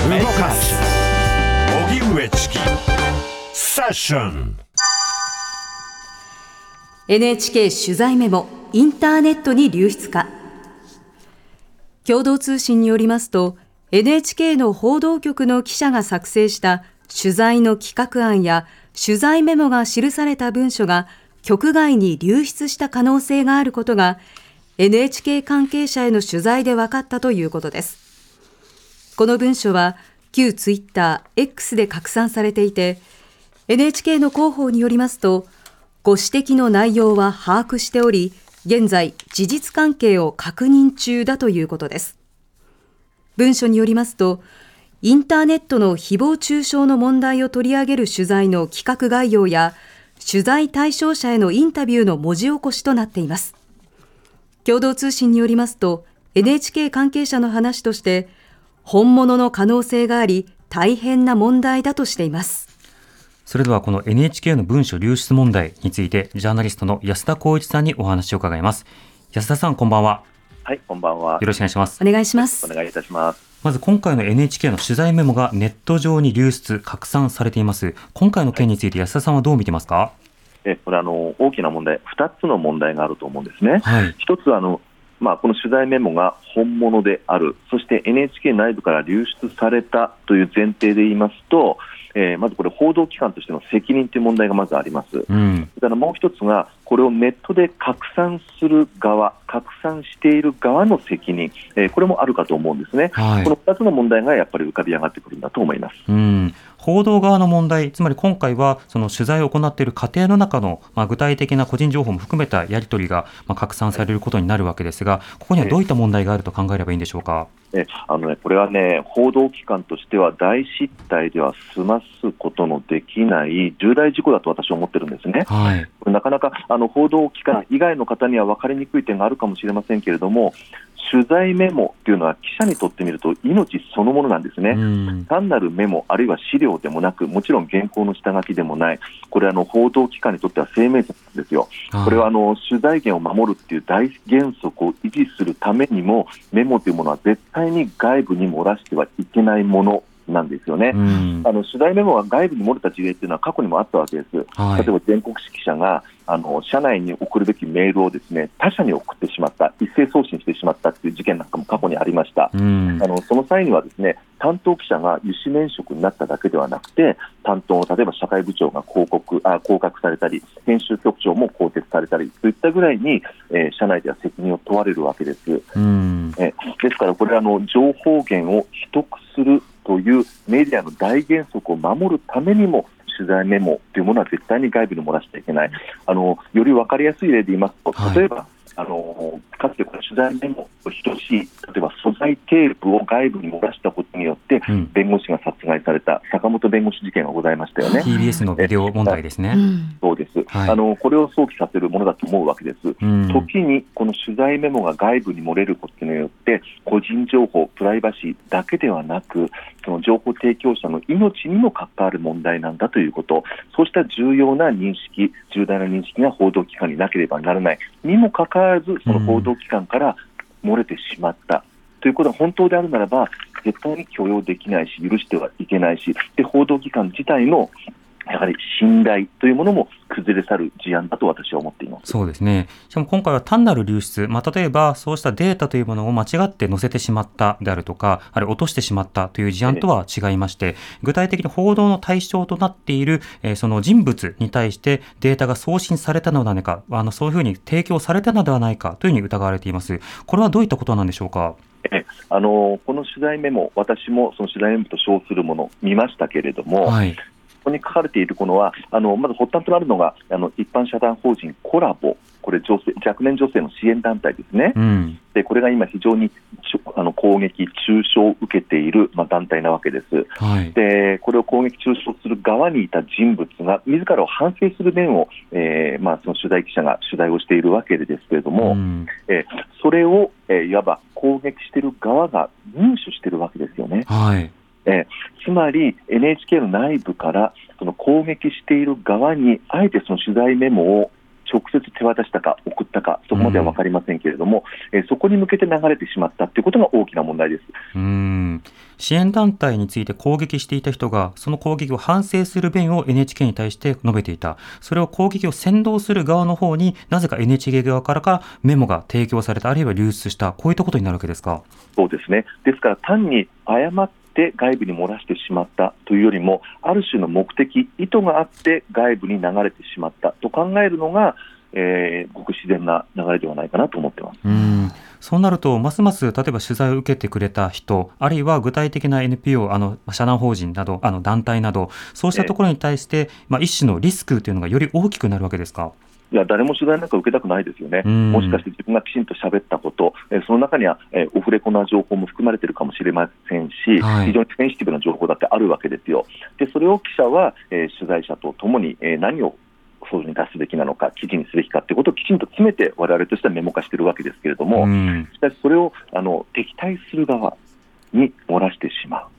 動かす荻上チキセッション。 NHK 取材メモ、インターネットに流出か。共同通信によりますと、 NHK の報道局の記者が作成した取材の企画案や取材メモが記された文書が局外に流出した可能性があることが NHK 関係者への取材で分かったということです。この文書は旧ツイッター X で拡散されていて、 NHK の広報によりますと、ご指摘の内容は把握しており、現在事実関係を確認中だということです。文書によりますと、インターネットの誹謗中傷の問題を取り上げる取材の企画概要や取材対象者へのインタビューの文字起こしとなっています。共同通信によりますと、 NHK 関係者の話として、本物の可能性があり大変な問題だとしています。 それではこの NHK の文書流出問題について、ジャーナリストの安田光一さんにお話を伺います。安田さん、こんばんは。 はい、こんばんは。 よろしくお願いします。 お願いします。 お願いいたします。 まず今回の NHK の取材メモがネット上に流出拡散されています。今回の件について安田さんはどう見てますか？ これ大きな問題、2つの問題があると思うんですね。 はい、 一つはこの取材メモが本物である、そして NHK 内部から流出されたという前提で言いますと、まずこれ報道機関としての責任という問題がまずあります。それからもう一つが、これをネットで拡散する側、拡散している側の責任、これもあるかと思うんですね。 はい、 この2つの問題がやっぱり浮かび上がってくるんだと思います。 報道側の問題、つまり今回はその取材を行っている過程の中の、具体的な個人情報も含めたやり取りが、拡散されることになるわけですが、ここにはどういった問題があると考えればいいんでしょうか？ これは報道機関としては大失態では済ますことのできない重大事故だと私は思ってるんですね。 はい、 なかなか報道機関以外の方には分かりにくい点があるかもしれませんけれども、取材メモというのは記者にとってみると命そのものなんですね。単なるメモあるいは資料でもなく、もちろん原稿の下書きでもない、これは報道機関にとっては生命線ですよ。これは取材源を守るという大原則を維持するためにも、メモというものは絶対に外部に漏らしてはいけないものなんですよね。取材メモが外部に漏れた事例というのは過去にもあったわけです。例えば全国紙記者が社内に送るべきメールをですね、他社に送ってしまった、一斉送信してしまったという事件なんかも過去にありました。その際にはですね、担当記者が諭旨免職になっただけではなくて、担当例えば社会部長が降格されたり、編集局長も更迭されたりといったぐらいに、社内では責任を問われるわけです。ですからこれは情報源を秘匿するというメディアの大原則を守るためにも、取材メモというものは絶対に外部に漏らしてはいけない。より分かりやすい例で言いますと、例えば、かつてこれ取材メモと等しい、例えば素材テープを外部に漏らしたことによって弁護士が殺害された坂本弁護士事件がございましたよね。 TBS のビデオ問題ですね。 そうです、これを想起させるものだと思うわけです。時にこの取材メモが外部に漏れることによって個人情報、プライバシーだけではなく、その情報提供者の命にも関わる問題なんだということ、そうした重要な認識、重大な認識が報道機関になければならないにもかかわらず、その報道機関から漏れてしまったということは本当であるならば絶対に許容できないし、許してはいけないし、で報道機関自体のやはり信頼というものも崩れ去る事案だと私は思っています。 そうですね。しかも今回は単なる流出、例えばそうしたデータというものを間違って載せてしまったであるとか、あるいは落としてしまったという事案とは違いまして、具体的に報道の対象となっている、その人物に対してデータが送信されたのではないか、そういうふうに提供されたのではないかというふうに疑われています。これはどういったことなんでしょうか？ この取材メモ、私もその取材メモと称するものを見ましたけれども、ここに書かれているものはまず発端となるのが一般社団法人コラボ、これ若年女性の支援団体ですね。でこれが今非常に攻撃、中傷を受けている、団体なわけです。でこれを攻撃、中傷する側にいた人物が自らを反省する面を、その取材記者が取材をしているわけですけれども、それを、いわば攻撃している側が入手しているわけですよね。つまり NHK の内部からその攻撃している側にあえてその取材メモを直接手渡したか送ったか、そこまでは分かりませんけれども、そこに向けて流れてしまったということが大きな問題です。 支援団体について攻撃していた人がその攻撃を反省する弁を NHK に対して述べていた。それを攻撃を扇動する側の方になぜか NHK 側からメモが提供された、あるいは流出した、こういったことになるわけですか。 そうですね。ですから単に誤って外部に漏らしてしまったというよりも、ある種の目的、意図があって外部に流れてしまったと考えるのが、ごく自然な流れではないかなと思っています。 そうなると、ますます例えば取材を受けてくれた人、あるいは具体的な NPO、社団法人など、団体など、そうしたところに対して、一種のリスクというのがより大きくなるわけですか。 いや、誰も取材なんか受けたくないですよね。もしかして自分がきちんと喋ったこと、その中には、オフレコな情報も含まれているかもしれませんし、非常にセンシティブな情報だってあるわけですよ。で、それを記者は、取材者とともに、何を報道に出すべきなのか、記事にすべきかということをきちんと詰めて我々としてはメモ化しているわけですけれども、しかしそれを敵対する側に漏らしてしまう、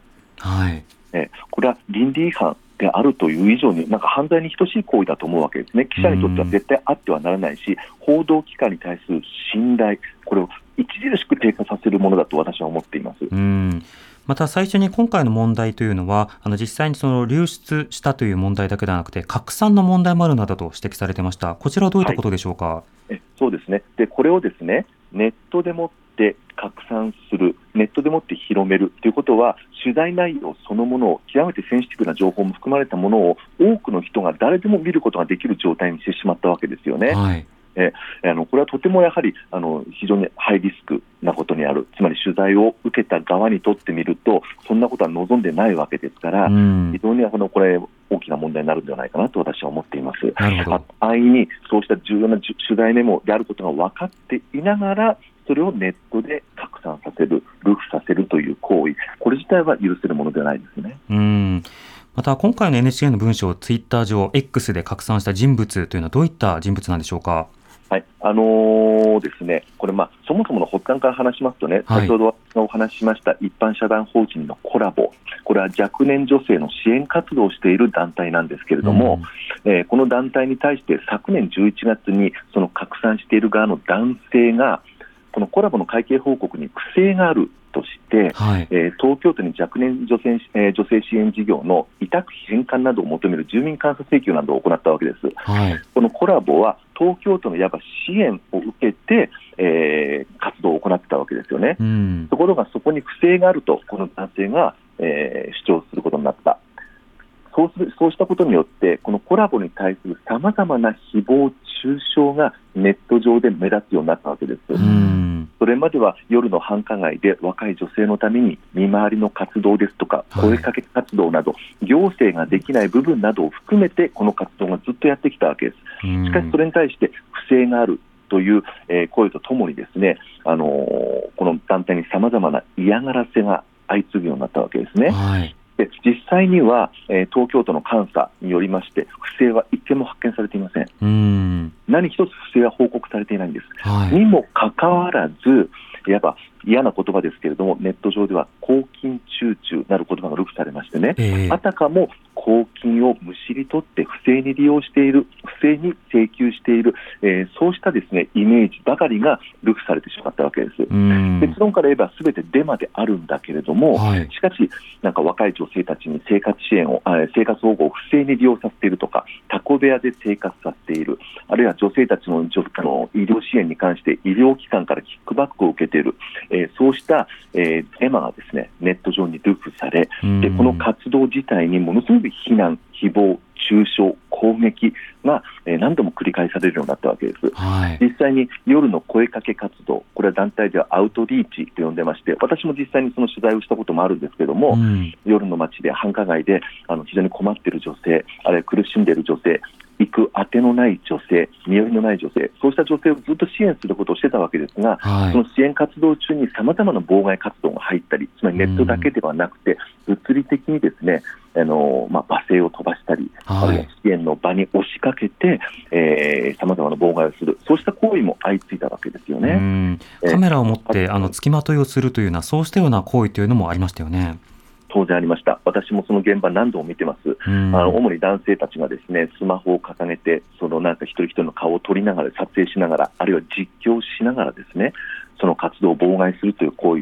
これは倫理違反であるという以上に犯罪に等しい行為だと思うわけですね。記者にとっては絶対あってはならないし、報道機関に対する信頼、これを著しく低下させるものだと私は思っています。 また最初に今回の問題というのは実際にその流出したという問題だけではなくて拡散の問題もあるなどと指摘されていました。こちらはどういったことでしょうか。 そうですね。で、これをですね、ネットでもって拡散する、ネットでもって広めるということは、取材内容そのものを、極めてセンシティブな情報も含まれたものを多くの人が誰でも見ることができる状態にしてしまったわけですよね。これはとてもやはり非常にハイリスクなことにある。つまり取材を受けた側にとってみるとそんなことは望んでないわけですから、非常にこれ大きな問題になるのではないかなと私は思っています。安易にそうした重要な取材メモであることが分かっていながらそれをネットで拡散させる、流布させるという行為、これ自体は許せるものではないですね。 また今回の NHK の文章をツイッター上 X で拡散した人物というのはどういった人物なんでしょうか。 ですね、これそもそもの発端から話しますとね、先ほどお話ししました一般社団法人のコラボ、これは若年女性の支援活動をしている団体なんですけれども、この団体に対して昨年11月にその拡散している側の男性がこのコラボの会計報告に不正があるとして、東京都に若年女性支援事業の委託費返還などを求める住民監査請求などを行ったわけです。このコラボは東京都のいわば支援を受けて、活動を行っていたわけですよね。ところがそこに不正があるとこの男性が、主張することになった。そうしたことによってこのコラボに対するさまざまな誹謗中傷がネット上で目立つようになったわけです。それまでは夜の繁華街で若い女性のために見回りの活動ですとか声かけ活動など、行政ができない部分などを含めてこの活動がずっとやってきたわけです。しかしそれに対して不正があるという、声とともにですね、この団体にさまざまな嫌がらせが相次ぐようになったわけですね。で実際には、東京都の監査によりまして不正は一件も発見されていません。何一つ不正は報告されていないんです。にもかかわらず、いわば嫌な言葉ですけれどもネット上では公金中中なる言葉が流布されましてね、あたかも公金をむしり取って不正に利用している、不正に請求している、そうしたですねイメージばかりが流布されてしまったわけです。結論から言えば全てデマであるんだけれども、しかし若い女性たちに生活保護を不正に利用させているとか、タコ部屋で生活させている、あるいは女性たちの医療支援に関して医療機関からキックバックを受けている、そうした、デマがですねネット上に流布され、でこの活動自体にものすごく非難、誹謗中傷、攻撃が、何度も繰り返されるようになったわけです。実際に夜の声かけ活動、これは団体ではアウトリーチと呼んでまして、私も実際にその取材をしたこともあるんですけども、夜の街で繁華街で非常に困っている女性、あるいは苦しんでいる女性、行く当てのない女性、身寄りのない女性、そうした女性をずっと支援することをしてたわけですが、その支援活動中にさまざまな妨害活動が入ったり、つまりネットだけではなくて物理的にですね罵声を飛ばしたり、あるいは支援の場に押しかけてさまざまな妨害をする、そうした行為も相次いだわけですよね。 カメラを持って付きまといをするというような、そうしたような行為というのもありましたよね。 当然ありました。私もその現場何度も見てます。主に男性たちがですねスマホを掲げて一人一人の顔を撮りながら撮影しながら、あるいは実況しながらですねその活動を妨害するという行為は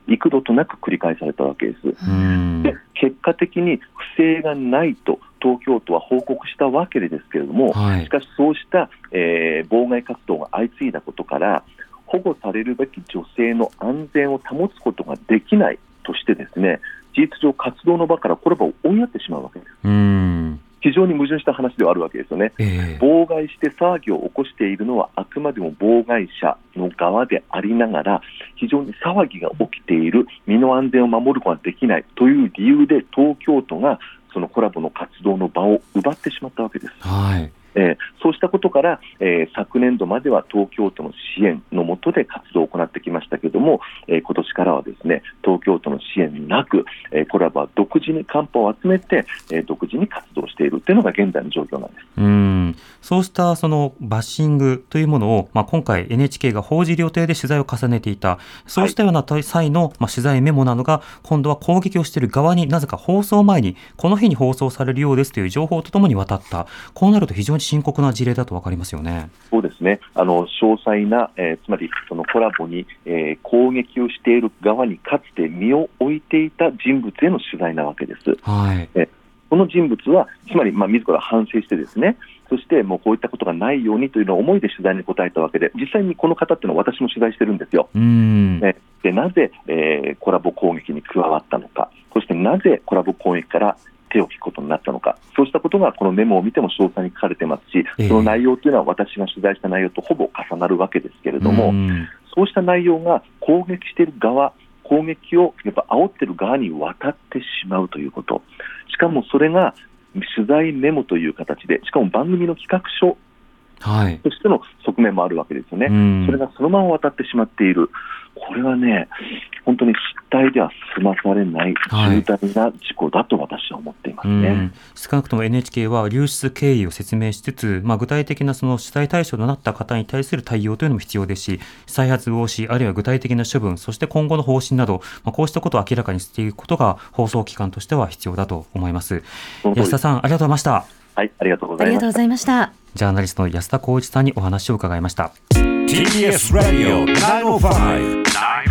幾度となく繰り返されたわけです。で、結果的に不正がないと東京都は報告したわけですけれども、しかしそうした、妨害活動が相次いだことから保護されるべき女性の安全を保つことができないとしてですね、事実上活動の場からコラボを追いやってしまうわけです。非常に矛盾した話ではあるわけですよね。妨害して騒ぎを起こしているのはあくまでも妨害者の側でありながら、非常に騒ぎが起きている、身の安全を守ることができないという理由で東京都がそのコラボの活動の場を奪ってしまったわけです。そうしたことから、昨年度までは東京都の支援の下で活動を行ってきましたけれども、今年からはですね、東京都の支援なく、コラボは独自にカンパを集めて、独自に活動しているというのが現在の状況なんです。 そうしたそのバッシングというものを、今回 NHK が報じる予定で取材を重ねていた、そうしたような際の、取材メモなどが今度は攻撃をしている側になぜか放送前にこの日に放送されるようですという情報とともに渡った。こうなると非常に深刻な事例だと分かりますよね。 そうですね。詳細な、つまりそのコラボに、攻撃をしている側にかつて身を置いていた人物への取材なわけです。この人物はつまり、自ら反省してですね、そしてもうこういったことがないようにというのを思いで取材に答えたわけで、実際にこの方っていうのは私も取材してるんですよ。でなぜ、コラボ攻撃に加わったのか、そしてなぜコラボ攻撃から手を引くことになったのか、そうしたことがこのメモを見ても詳細に書かれてますし、その内容というのは私が取材した内容とほぼ重なるわけですけれども、そうした内容が攻撃している側、攻撃をやっぱ煽っている側に渡ってしまうということ、しかもそれが取材メモという形で、しかも番組の企画書としての側面もあるわけですよね。それがそのまま渡ってしまっている。これはね、本当に失態では済まされない重大な事故だと私は思っていますね。 少なくとも NHK は流出経緯を説明しつつ、具体的なその取材対象となった方に対する対応というのも必要ですし、再発防止、あるいは具体的な処分、そして今後の方針など、こうしたことを明らかにしていくことが放送機関としては必要だと思います。安田さん、ありがとうございました。 はい、ありがとうございました。 ジャーナリストの安田浩一さんにお話を伺いました。 TBS Radio 905-954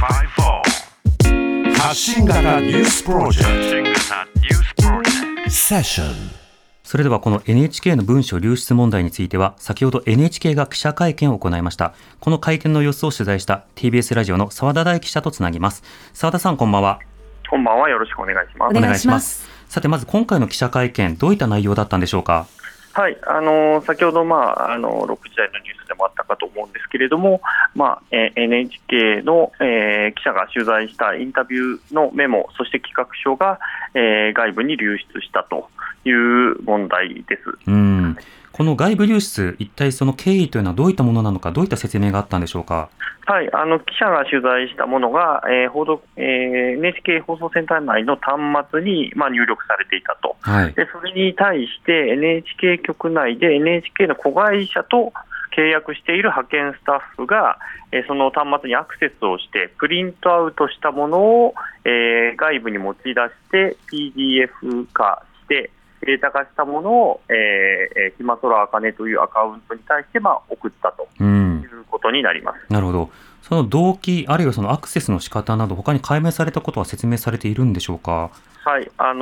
発信型ニュースプロジェクトセッション。 それではこの NHK の文書流出問題については、先ほど NHK が記者会見を行いました。この会見の様子を取材した TBS ラジオの澤田大記者とつなぎます。澤田さん、こんばんは。 こんばんは、よろしくお願いします。 お願いします。 さて、まず今回の記者会見、どういった内容だったんでしょうか。 はい、先ほど、6時台のニュースでもあったかと思うんですけれども、NHK の、記者が取材したインタビューのメモ、そして企画書が、外部に流出したという問題です。 この外部流出、一体その経緯というのはどういったものなのか、どういった説明があったんでしょうか。 はい、記者が取材したものが、NHK 放送センター内の端末に、入力されていたと、でそれに対して NHK 局内で NHK の子会社と契約している派遣スタッフが、その端末にアクセスをしてプリントアウトしたものを、外部に持ち出して PDF 化してデータ化したものを、ひまそらあかねというアカウントに対して、送ったということになります。 なるほど。その動機、あるいはそのアクセスの仕方など、他に解明されたことは説明されているんでしょうか。 はい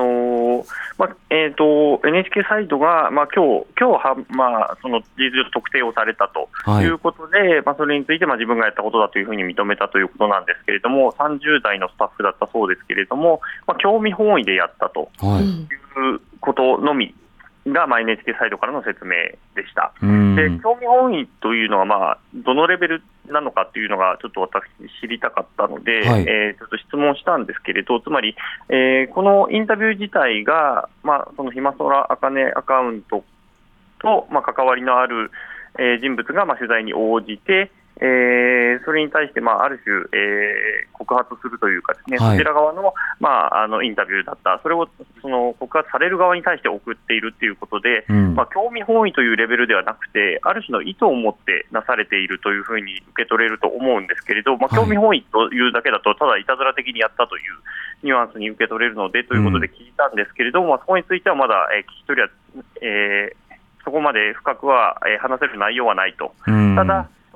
、NHK サイトが、今日は、その事実上特定をされたということで、それについて自分がやったことだというふうに認めたということなんですけれども、30代のスタッフだったそうですけれども、興味本位でやったということのみが、NHK サイトからの説明でした。で、興味本位というのは、どのレベルなのかというのがちょっと私知りたかったので、ちょっと質問したんですけれど、つまり、このインタビュー自体が、そのひまそらあかねアカウントと、関わりのある、人物が取材に応じて、それに対して、ある種、告発するというかですね、そちら側の、インタビューだった、それをその告発される側に対して送っているということで、興味本位というレベルではなくて、ある種の意図を持ってなされているというふうに受け取れると思うんですけれど、興味本位というだけだと、ただいたずら的にやったというニュアンスに受け取れるのでということで聞いたんですけれども、そこについてはまだ聞き取りは、そこまで深くは話せる内容はないと。ただそ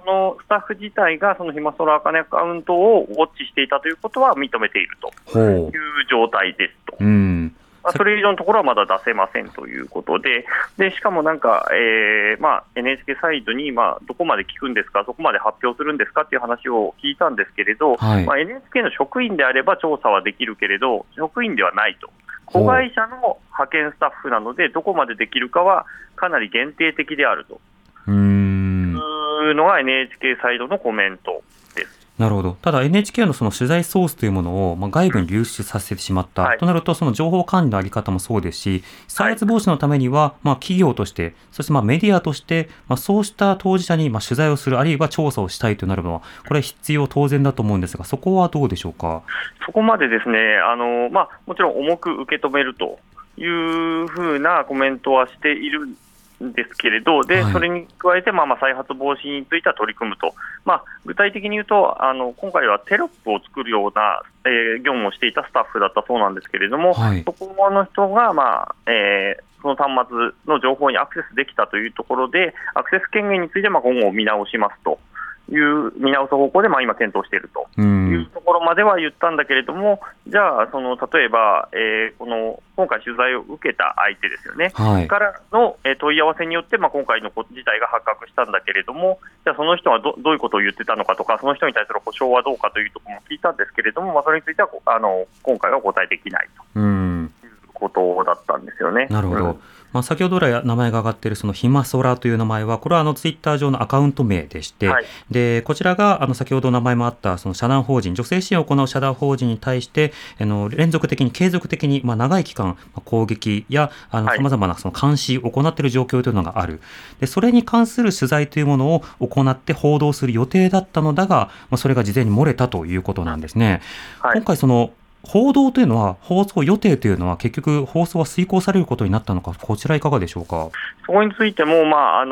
そのスタッフ自体がそのひまそらあかねアカウントをウォッチしていたということは認めているという状態ですと。それ以上のところはまだ出せませんということで、しかもなんか、NHK サイドに、どこまで聞くんですか、どこまで発表するんですかっていう話を聞いたんですけれど、NHK の職員であれば調査はできるけれど、職員ではないと。子会社の派遣スタッフなので、どこまでできるかはかなり限定的であるというのが NHK サイドのコメントです。 なるほど。ただ NHK のその取材ソースというものを外部に流出させてしまった、となると、その情報管理のあり方もそうですし、再発防止のためには企業として、そしてメディアとして、そうした当事者に取材をする、あるいは調査をしたいとなるのは、これは必要当然だと思うんですが、そこはどうでしょうか。 そこまでですね、もちろん重く受け止めるというふうなコメントはしているんですけれど、それに加えて再発防止については取り組むと、具体的に言うと今回はテロップを作るような、業務をしていたスタッフだったそうなんですけれども、そこの人が、その端末の情報にアクセスできたというところで、アクセス権限について今後見直しますという見直す方向で今検討しているというところまでは言ったんだけれども、じゃあ例えば、今回取材を受けた相手ですよね、からの問い合わせによって今回のこと自体が発覚したんだけれども、じゃあその人はどういうことを言ってたのかとか、その人に対する補償はどうかというところも聞いたんですけれども、それについては今回はお答えできないということだったんですよね。 なるほど。先ほど来名前が挙がっているそのひまそらという名前は、これはツイッター上のアカウント名でして、でこちらが先ほど名前もあったその社団法人、女性支援を行う社団法人に対して連続的に継続的に長い期間攻撃やさまざまなその監視を行っている状況というのがある。でそれに関する取材というものを行って報道する予定だったのだが、それが事前に漏れたということなんですね。今回その報道というのは、放送予定というのは結局放送は遂行されることになったのか、こちらいかがでしょうか。 そこについても、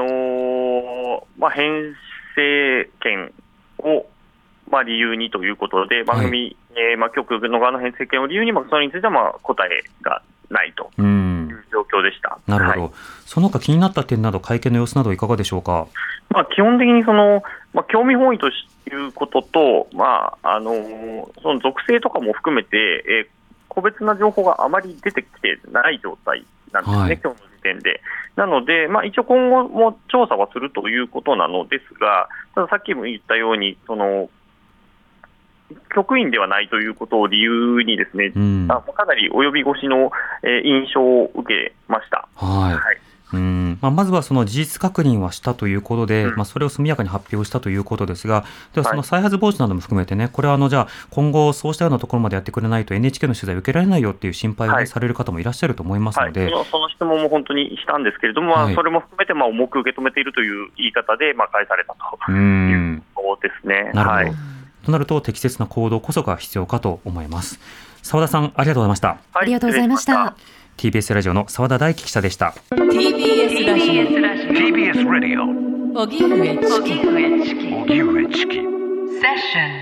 編成権を理由にということで、番組、局の側の編成権を理由に、それについては答えがないという状況でした。 なるほど。その他気になった点など、会見の様子などいかがでしょうか。 基本的に興味本位ということと、その属性とかも含めて、個別な情報があまり出てきてない状態なんですね、今日の時点で。なので、一応今後も調査はするということなのですが、たださっきも言ったように、局員ではないということを理由にですね、かなり及び腰の印象を受けました。 まずはその事実確認はしたということで、それを速やかに発表したということですが、ではその再発防止なども含めてね、これはじゃあ今後そうしたようなところまでやってくれないと NHK の取材を受けられないよっていう心配を、される方もいらっしゃると思いますので、 その質問も本当にしたんですけれども、それも含めて重く受け止めているという言い方で返されたということですね。 なるほど。となると適切な行動こそが必要かと思います。澤田さん、ありがとうございました。 ありがとうございました。 TBS ラジオの澤田大樹記者でした。 TBS ラジオ TBS ラジオ荻上チキ荻上チキセッション